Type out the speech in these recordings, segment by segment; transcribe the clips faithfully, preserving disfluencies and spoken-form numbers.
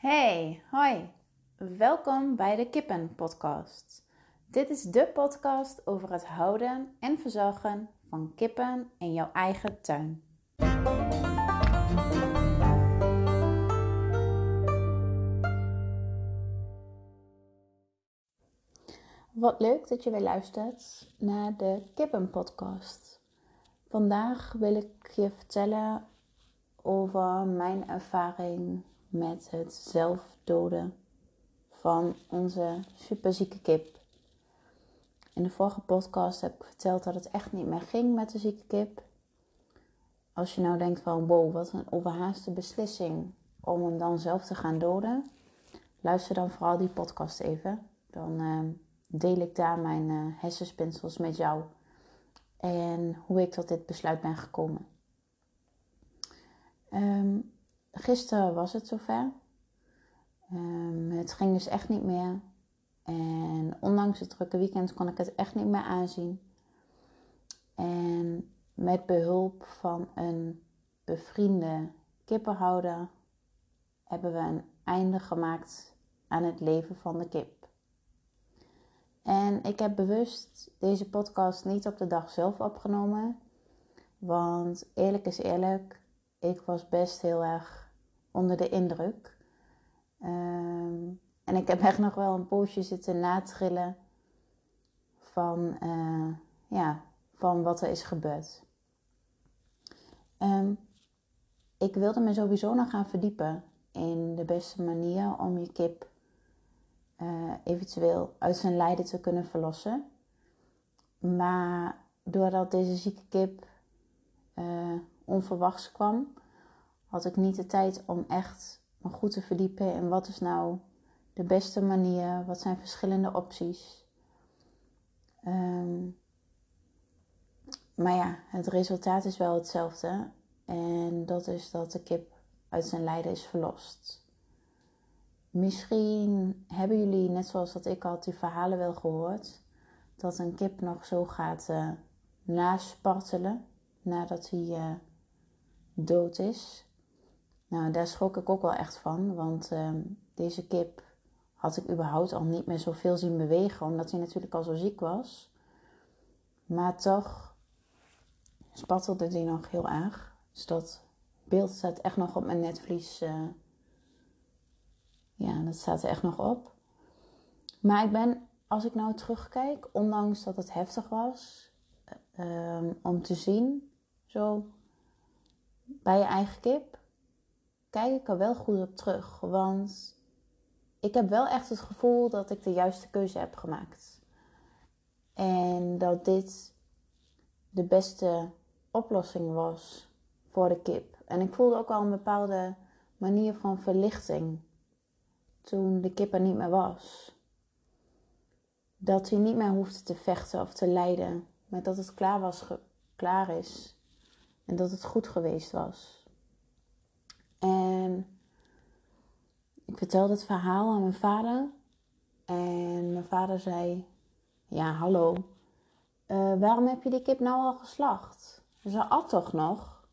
Hey, hoi. Welkom bij de Kippen Podcast. Dit is de podcast over het houden en verzorgen van kippen in jouw eigen tuin. Wat leuk dat je weer luistert naar de Kippen Podcast. Vandaag wil ik je vertellen over mijn ervaring met het zelfdoden van onze superzieke kip. In de vorige podcast heb ik verteld dat het echt niet meer ging met de zieke kip. Als je nou denkt van wow, wat een overhaaste beslissing om hem dan zelf te gaan doden. Luister dan vooral die podcast even. Dan uh, deel ik daar mijn uh, hersenspinsels met jou. En hoe ik tot dit besluit ben gekomen. Um, gisteren was het zover. Um, het ging dus echt niet meer. En ondanks het drukke weekend kon ik het echt niet meer aanzien. En met behulp van een bevriende kippenhouder hebben we een einde gemaakt aan het leven van de kip. En ik heb bewust deze podcast niet op de dag zelf opgenomen. Want eerlijk is eerlijk, ik was best heel erg onder de indruk. Um, en ik heb echt nog wel een poosje zitten natrillen van, uh, ja, van wat er is gebeurd. Um, ik wilde me sowieso nog gaan verdiepen in de beste manier om je kip uh, eventueel uit zijn lijden te kunnen verlossen. Maar doordat deze zieke kip uh, onverwachts kwam, had ik niet de tijd om echt me goed te verdiepen in wat is nou de beste manier, wat zijn verschillende opties. Um, maar ja, het resultaat is wel hetzelfde. En dat is dat de kip uit zijn lijden is verlost. Misschien hebben jullie, net zoals dat ik had, die verhalen wel gehoord. Dat een kip nog zo gaat uh, naspartelen nadat hij uh, dood is. Nou, daar schrok ik ook wel echt van. Want uh, deze kip had ik überhaupt al niet meer zoveel zien bewegen. Omdat hij natuurlijk al zo ziek was. Maar toch spattelde hij nog heel erg. Dus dat beeld staat echt nog op mijn netvlies. Uh, ja, dat staat er echt nog op. Maar ik ben, als ik nou terugkijk, ondanks dat het heftig was, uh, om te zien, zo, bij je eigen kip, kijk ik er wel goed op terug. Want ik heb wel echt het gevoel dat ik de juiste keuze heb gemaakt. En dat dit de beste oplossing was voor de kip. En ik voelde ook al een bepaalde manier van verlichting toen de kip er niet meer was. Dat hij niet meer hoefde te vechten of te lijden. Maar dat het klaar was, ge- klaar is. En dat het goed geweest was. En ik vertelde het verhaal aan mijn vader. En mijn vader zei, ja hallo, uh, waarom heb je die kip nou al geslacht? Ze at toch nog?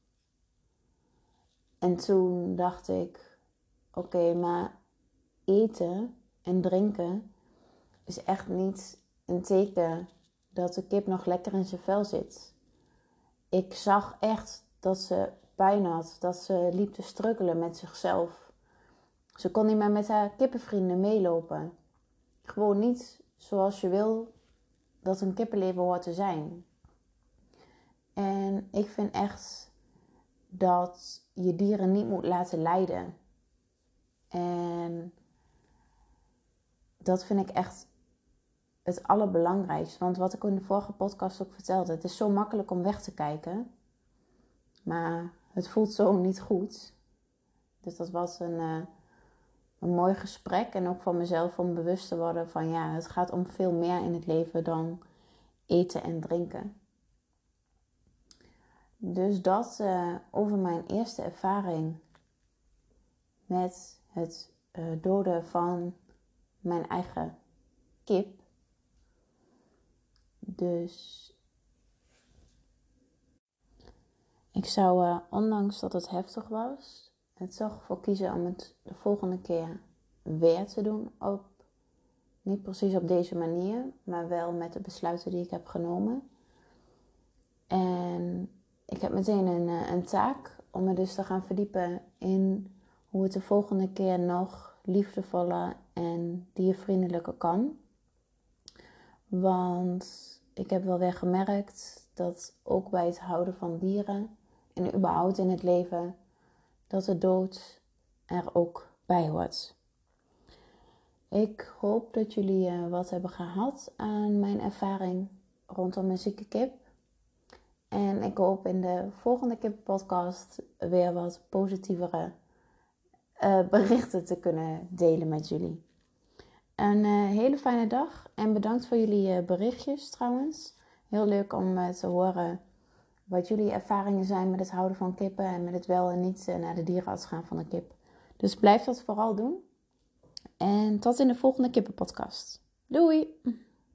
En toen dacht ik, oké, okay, maar eten en drinken is echt niet een teken dat de kip nog lekker in zijn vel zit. Ik zag echt dat ze pijn had, dat ze liep te struggelen met zichzelf. Ze kon niet meer met haar kippenvrienden meelopen. Gewoon niet zoals je wil dat een kippenleven hoort te zijn. En ik vind echt dat je dieren niet moet laten lijden. En dat vind ik echt het allerbelangrijkste. Want wat ik in de vorige podcast ook vertelde, het is zo makkelijk om weg te kijken. Maar het voelt zo niet goed. Dus dat was een, uh, een mooi gesprek. En ook voor mezelf om bewust te worden van ja, het gaat om veel meer in het leven dan eten en drinken. Dus dat uh, over mijn eerste ervaring met het uh, doden van mijn eigen kip. Dus ik zou, uh, ondanks dat het heftig was er toch voor kiezen om het de volgende keer weer te doen. Op, niet precies op deze manier, maar wel met de besluiten die ik heb genomen. En ik heb meteen een, een taak om me dus te gaan verdiepen in hoe het de volgende keer nog liefdevoller en diervriendelijker kan. Want ik heb wel weer gemerkt dat ook bij het houden van dieren en überhaupt in het leven, dat de dood er ook bij hoort. Ik hoop dat jullie uh, wat hebben gehad aan mijn ervaring rondom mijn zieke kip. En ik hoop in de volgende kippenpodcast weer wat positievere uh, berichten te kunnen delen met jullie. Een uh, hele fijne dag en bedankt voor jullie uh, berichtjes trouwens. Heel leuk om uh, te horen wat jullie ervaringen zijn met het houden van kippen en met het wel en niet uh, naar de dierenarts gaan van een kip. Dus blijf dat vooral doen. En tot in de volgende kippenpodcast. Doei!